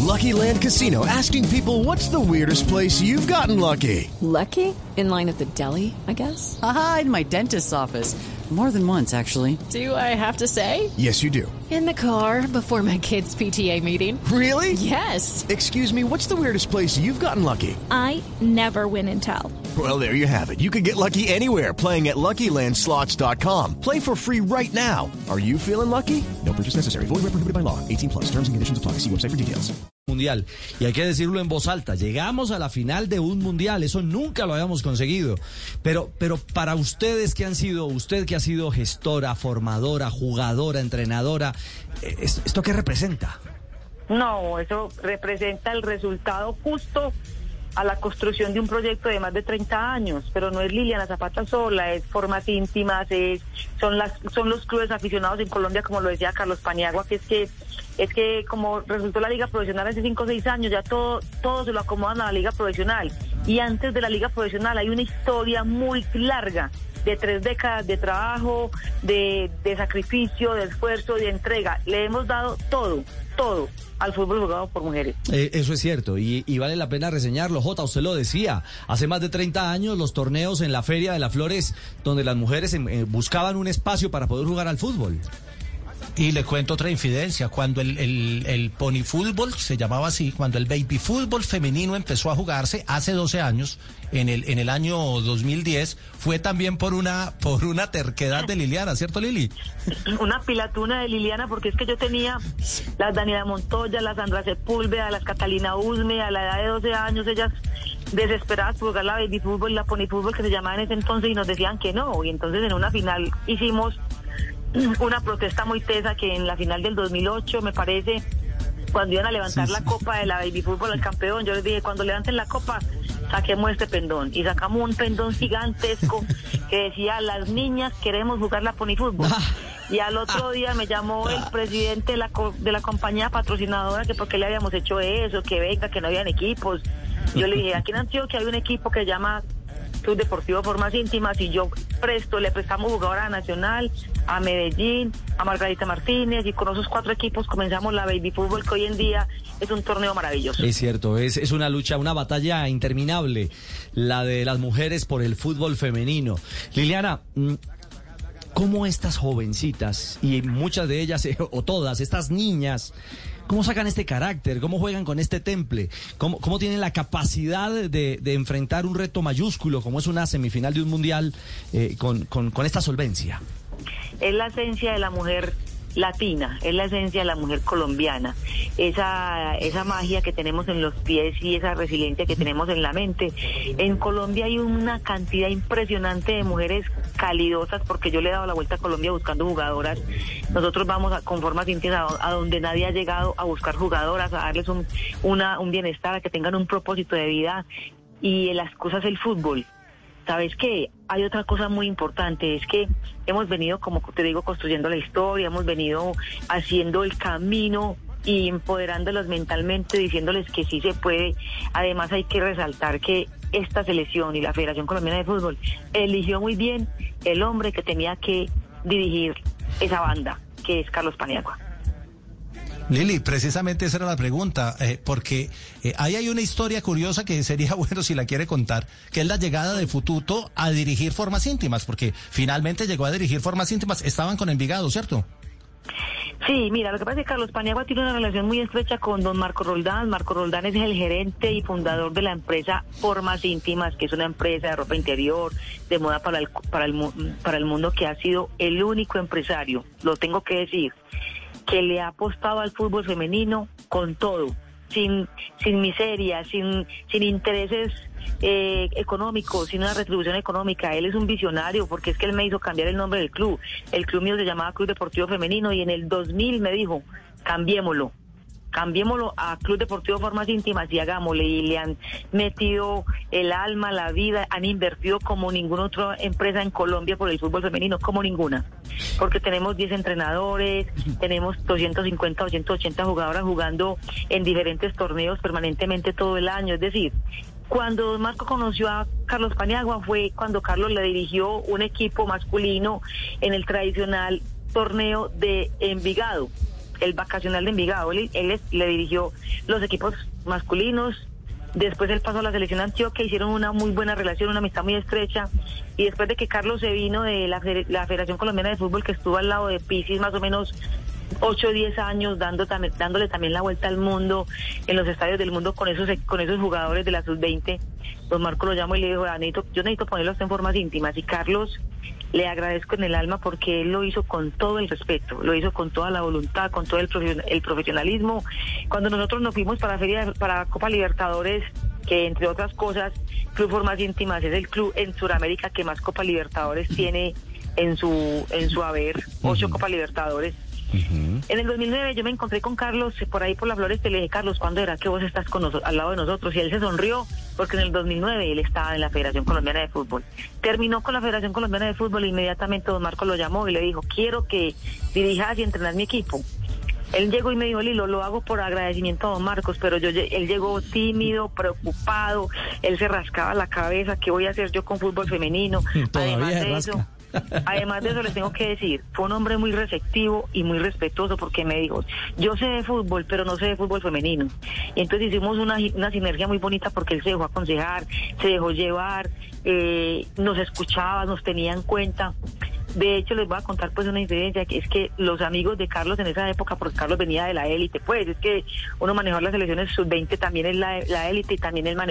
Lucky Land Casino, asking people, what's the weirdest place you've gotten lucky? Lucky? In line at the deli, I guess? Aha, in my dentist's office. More than once, actually. Do I have to say? Yes, you do. In the car before my kids' PTA meeting. Really? Yes. Excuse me, what's the weirdest place you've gotten lucky? I never win and tell. Well, there you have it. You can get lucky anywhere, playing at LuckyLandSlots.com. Play for free right now. Are you feeling lucky? No purchase necessary. Void where prohibited by law. 18+. Terms and conditions apply. See website for details. Mundial, y hay que decirlo en voz alta, llegamos a la final de un mundial, eso nunca lo habíamos conseguido, pero para ustedes que han sido, usted que ha sido gestora, formadora, jugadora, entrenadora, ¿esto qué representa? No, eso representa el resultado justo a la construcción de un proyecto de más de 30 años, pero no es Liliana Zapata sola, es Formas Íntimas, son los clubes aficionados en Colombia, como lo decía Carlos Paniagua, que es que como resultó la Liga Profesional hace 5 o 6 años, ya todo se lo acomodan a la Liga Profesional, y antes de la Liga Profesional hay una historia muy larga de 3 décadas de trabajo, de sacrificio, de esfuerzo, de entrega. Le hemos dado todo al fútbol jugado por mujeres. Eso es cierto, y vale la pena reseñarlo. Jota, usted lo decía, hace más de 30 años los torneos en la Feria de las Flores, donde las mujeres buscaban un espacio para poder jugar al fútbol. Y le cuento otra infidencia, cuando el pony fútbol, se llamaba así, cuando el baby fútbol femenino empezó a jugarse hace 12 años, en el año 2010, fue también por una terquedad de Liliana, ¿cierto, Lili? Una pilatuna de Liliana, porque es que yo tenía las Daniela Montoya, las Sandra Sepúlveda, las Catalina Usme, a la edad de 12 años, ellas desesperadas por jugar la baby fútbol, la pony fútbol que se llamaba en ese entonces, y nos decían que no, y entonces en una final hicimos una protesta muy tesa, que en la final del 2008, me parece, cuando iban a levantar la copa de la baby fútbol al campeón, yo les dije, cuando levanten la copa, saquemos este pendón, y sacamos un pendón gigantesco que decía, las niñas queremos jugar la pony fútbol. Y al otro día me llamó el presidente de la compañía patrocinadora, que por qué le habíamos hecho eso, que venga, que no habían equipos. Yo le dije, aquí en Antioquia hay un equipo que se llama Club Deportivo Formas Íntimas, y yo le prestamos jugadora a Nacional, a Medellín, a Margarita Martínez, y con esos 4 equipos comenzamos la baby fútbol, que hoy en día es un torneo maravilloso. Es cierto, es una lucha, una batalla interminable, la de las mujeres por el fútbol femenino. Liliana, ¿cómo estas jovencitas, y muchas de ellas, o todas, estas niñas, cómo sacan este carácter, cómo juegan con este temple, cómo tienen la capacidad de enfrentar un reto mayúsculo como es una semifinal de un mundial con esta solvencia? Es la esencia de la mujer latina, es la esencia de la mujer colombiana, esa magia que tenemos en los pies y esa resiliencia que tenemos en la mente. En Colombia hay una cantidad impresionante de mujeres calidosas, porque yo le he dado la vuelta a Colombia buscando jugadoras. Nosotros vamos con Formas Íntimas a donde nadie ha llegado, a buscar jugadoras, a darles un bienestar, a que tengan un propósito de vida, y la excusa es el fútbol. ¿Sabes qué? Hay otra cosa muy importante, es que hemos venido, como te digo, construyendo la historia, hemos venido haciendo el camino y empoderándolos mentalmente, diciéndoles que sí se puede. Además hay que resaltar que esta selección y la Federación Colombiana de Fútbol eligió muy bien el hombre que tenía que dirigir esa banda, que es Carlos Paniagua. Lili, precisamente esa era la pregunta, porque ahí hay una historia curiosa que sería bueno si la quiere contar, que es la llegada de Fututo a dirigir Formas Íntimas, porque finalmente llegó a dirigir Formas Íntimas, estaban con Envigado, ¿cierto? Sí, mira, lo que pasa es que Carlos Paniagua tiene una relación muy estrecha con don Marco Roldán. Marco Roldán es el gerente y fundador de la empresa Formas Íntimas, que es una empresa de ropa interior, de moda para el mundo, que ha sido el único empresario, lo tengo que decir, que le ha apostado al fútbol femenino con todo, sin miseria, sin intereses económicos, sin una retribución económica. Él es un visionario, porque es que él me hizo cambiar el nombre del club. El club mío se llamaba Club Deportivo Femenino, y en el 2000 me dijo, cambiémoslo a Club Deportivo Formas Íntimas y hagámosle, y le han metido el alma, la vida, han invertido como ninguna otra empresa en Colombia por el fútbol femenino, como ninguna, porque tenemos 10 entrenadores, tenemos 250 o 180 jugadoras jugando en diferentes torneos permanentemente todo el año. Es decir, cuando Marco conoció a Carlos Paniagua fue cuando Carlos le dirigió un equipo masculino en el tradicional torneo de Envigado, el Vacacional de Envigado. Él le dirigió los equipos masculinos. Después él pasó a la selección Antioquia, hicieron una muy buena relación, una amistad muy estrecha, y después de que Carlos se vino de la Federación Colombiana de Fútbol, que estuvo al lado de Pisis más o menos 8 o 10 años, dándole también la vuelta al mundo, en los estadios del mundo con esos jugadores de la Sub-20, don Marco lo llamó y le dijo, yo necesito ponerlos en formas íntimas, y Carlos, le agradezco en el alma porque él lo hizo con todo el respeto, lo hizo con toda la voluntad, con todo el profesionalismo. Cuando nosotros nos fuimos para Copa Libertadores, que entre otras cosas, Club Formas Íntimas es el club en Sudamérica que más Copa Libertadores tiene en su haber, 8 Copa Libertadores. En el 2009 yo me encontré con Carlos por ahí por las Flores, y le dije, Carlos, ¿cuándo era que vos estás al lado de nosotros? Y él se sonrió porque en el 2009 él estaba en la Federación Colombiana de Fútbol. Terminó con la Federación Colombiana de Fútbol e inmediatamente don Marco lo llamó y le dijo, quiero que dirijas y entrenas mi equipo. Él llegó y me dijo, Lilo, lo hago por agradecimiento a don Marcos, pero él llegó tímido, preocupado, él se rascaba la cabeza, ¿qué voy a hacer yo con fútbol femenino? Además de eso les tengo que decir, fue un hombre muy receptivo y muy respetuoso porque me dijo, yo sé de fútbol, pero no sé de fútbol femenino. Y entonces hicimos una sinergia muy bonita porque él se dejó aconsejar, se dejó llevar, nos escuchaba, nos tenía en cuenta. De hecho, les voy a contar pues una diferencia, que es que los amigos de Carlos en esa época, porque Carlos venía de la élite, pues es que uno manejó las selecciones sub-20, también es la élite, y también él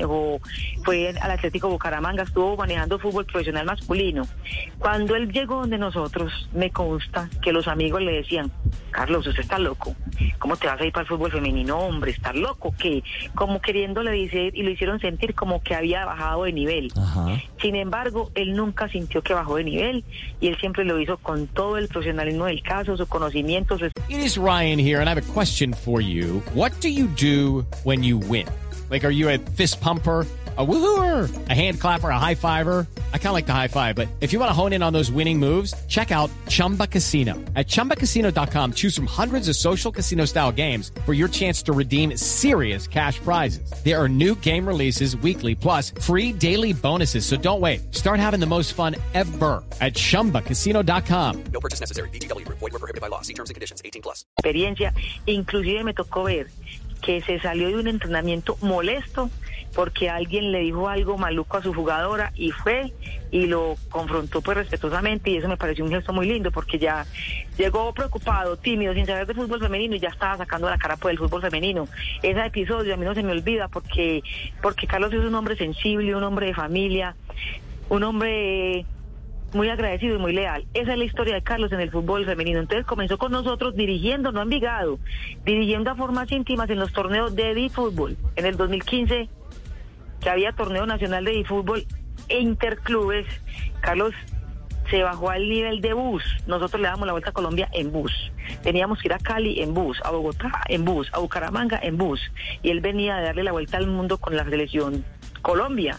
fue al Atlético Bucaramanga, estuvo manejando fútbol profesional masculino. Cuando él llegó donde nosotros, me consta que los amigos le decían, Carlos, usted está loco, ¿cómo te vas a ir para el fútbol femenino? Hombre, ¿estás loco? ¿Qué? Como queriéndole decir, y lo hicieron sentir como que había bajado de nivel. Ajá. Sin embargo, él nunca sintió que bajó de nivel, y él siempre lo hizo con todo el profesionalismo del caso, su conocimiento. It is Ryan here, and I have a question for you. What do you do when you win? Like, are you a fist pumper, a woohooer, a hand clapper, a high fiver? I kind of like the high five, but if you want to hone in on those winning moves, check out Chumba Casino. At ChumbaCasino.com, choose from hundreds of social casino-style games for your chance to redeem serious cash prizes. There are new game releases weekly, plus free daily bonuses, so don't wait. Start having the most fun ever at ChumbaCasino.com. No purchase necessary. VGW. Void where prohibited by law. See terms and conditions. 18+. Experiencia, inclusive me tocó ver que se salió de un entrenamiento molesto porque alguien le dijo algo maluco a su jugadora y fue y lo confrontó pues respetuosamente, y eso me pareció un gesto muy lindo porque ya llegó preocupado, tímido, sin saber de fútbol femenino, y ya estaba sacando la cara por el fútbol femenino. Ese episodio a mí no se me olvida porque Carlos es un hombre sensible, un hombre de familia, un hombre muy agradecido y muy leal. Esa es la historia de Carlos en el fútbol femenino. Entonces comenzó con nosotros dirigiendo, no a Envigado, dirigiendo a formas íntimas en los torneos de D-Fútbol. En el 2015, que había torneo nacional de D-Fútbol e interclubes, Carlos se bajó al nivel de bus. Nosotros le damos la vuelta a Colombia en bus. Teníamos que ir a Cali en bus, a Bogotá en bus, a Bucaramanga en bus. Y él venía de darle la vuelta al mundo con la selección Colombia.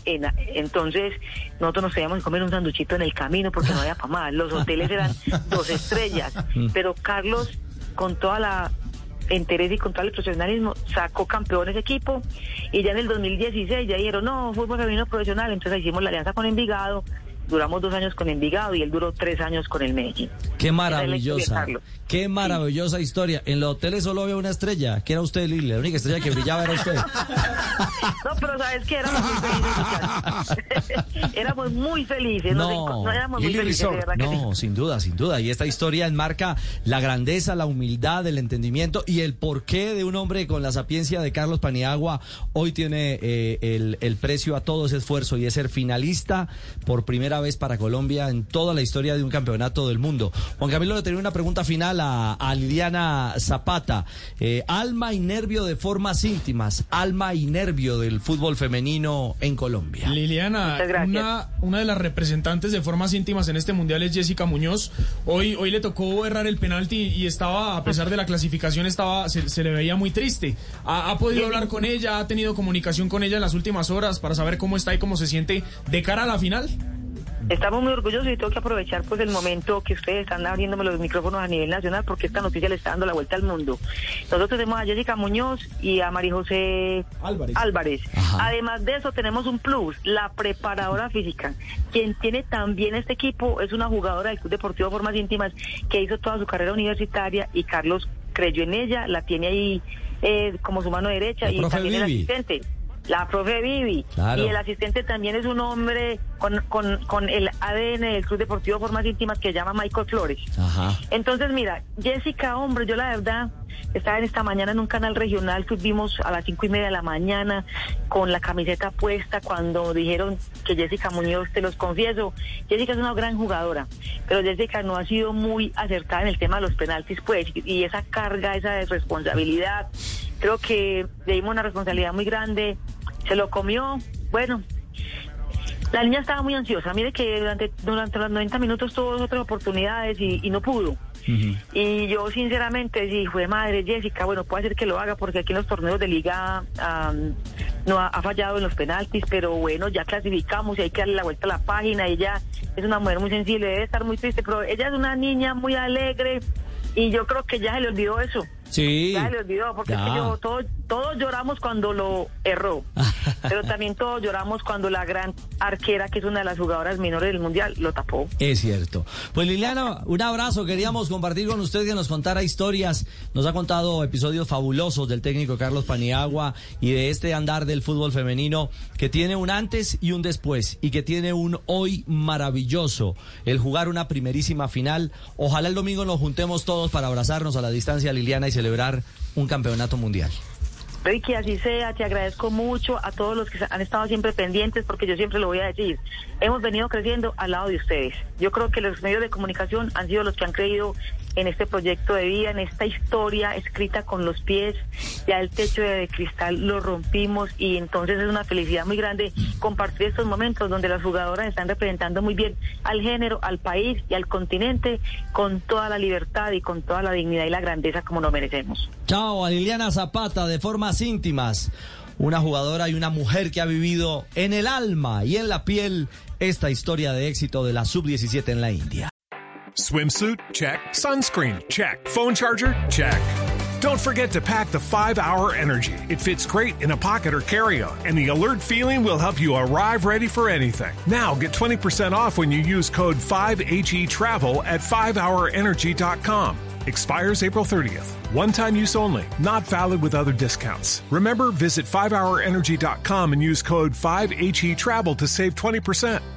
Entonces nosotros nos teníamos que comer un sanduchito en el camino porque no había para más. Los hoteles eran 2 estrellas, pero Carlos, con toda la interés y con todo el profesionalismo, sacó campeón ese equipo, y ya en el 2016 ya dijeron, no, fútbol femenino profesional. Entonces hicimos la alianza con Envigado, duramos 2 años con Envigado y él duró 3 años con el Medellín. Qué maravillosa, qué maravillosa historia. En los hoteles solo había una estrella, que era usted, Lili, la única estrella que brillaba era usted. No, pero ¿sabes qué? Éramos muy felices. Éramos muy felices. No éramos muy felices, de verdad que no, sí. Sin duda. Y esta historia enmarca la grandeza, la humildad, el entendimiento y el porqué de un hombre con la sapiencia de Carlos Paniagua. Hoy tiene el precio a todo ese esfuerzo, y es ser finalista por primera vez para Colombia en toda la historia de un campeonato del mundo. Juan Camilo le tenía una pregunta final a Liliana Zapata. Alma y nervio de formas íntimas, alma y nervio del fútbol femenino en Colombia. Liliana, una de las representantes de formas íntimas en este mundial es Jessica Muñoz. Hoy le tocó errar el penalti y estaba, a pesar de la clasificación, se le veía muy triste. ¿Ha podido hablar con ella? ¿Ha tenido comunicación con ella en las últimas horas para saber cómo está y cómo se siente de cara a la final? Estamos muy orgullosos y tengo que aprovechar pues el momento que ustedes están abriéndome los micrófonos a nivel nacional, porque esta noticia le está dando la vuelta al mundo. Nosotros tenemos a Jessica Muñoz y a María José Álvarez. Además de eso tenemos un plus, la preparadora física. Quien tiene también este equipo es una jugadora del Club Deportivo Formas Íntimas que hizo toda su carrera universitaria, y Carlos creyó en ella, la tiene ahí como su mano derecha, y también el asistente. La profe Vivi. Claro. Y el asistente también es un hombre con el ADN del Club Deportivo Formas Íntimas que se llama Michael Flores. Ajá. Entonces, mira, Jessica, hombre, yo la verdad estaba en esta mañana en un canal regional que vimos a las 5:30 de la mañana con la camiseta puesta cuando dijeron que Jessica Muñoz, te los confieso, Jessica es una gran jugadora, pero Jessica no ha sido muy acertada en el tema de los penaltis, pues, y esa carga, esa responsabilidad, creo que le dimos una responsabilidad muy grande. Se lo comió, bueno, la niña estaba muy ansiosa, mire que durante los 90 minutos tuvo otras oportunidades y no pudo. Uh-huh. Y yo sinceramente dije, fue madre Jessica, bueno, puede ser que lo haga porque aquí en los torneos de liga no ha fallado en los penaltis, pero bueno, ya clasificamos y hay que darle la vuelta a la página. Ella es una mujer muy sensible, debe estar muy triste, pero ella es una niña muy alegre y yo creo que ya se le olvidó eso. Sí. Ya se le olvidó, porque es que todos lloramos cuando lo erró, pero también todos lloramos cuando la gran arquera, que es una de las jugadoras menores del Mundial, lo tapó. Es cierto. Pues Liliana, un abrazo, queríamos compartir con usted que nos contara historias, nos ha contado episodios fabulosos del técnico Carlos Paniagua y de este andar del fútbol femenino que tiene un antes y un después y que tiene un hoy maravilloso, el jugar una primerísima final. Ojalá el domingo nos juntemos todos para abrazarnos a la distancia, Liliana, y celebrar un campeonato mundial. Y que así sea, te agradezco mucho a todos los que han estado siempre pendientes, porque yo siempre lo voy a decir, hemos venido creciendo al lado de ustedes. Yo creo que los medios de comunicación han sido los que han creído en este proyecto de vida, en esta historia escrita con los pies. Ya el techo de cristal lo rompimos y entonces es una felicidad muy grande compartir estos momentos donde las jugadoras están representando muy bien al género, al país y al continente con toda la libertad y con toda la dignidad y la grandeza como nos merecemos. Chao, a Liliana Zapata de Formas Íntimas, una jugadora y una mujer que ha vivido en el alma y en la piel esta historia de éxito de la Sub-17 en la India. Swimsuit? Check. Sunscreen? Check. Phone charger? Check. Don't forget to pack the 5-Hour Energy. It fits great in a pocket or carry-on, and the alert feeling will help you arrive ready for anything. Now get 20% off when you use code 5HETRAVEL at 5hourenergy.com. Expires April 30th. One-time use only. Not valid with other discounts. Remember, visit 5hourenergy.com and use code 5HETRAVEL to save 20%.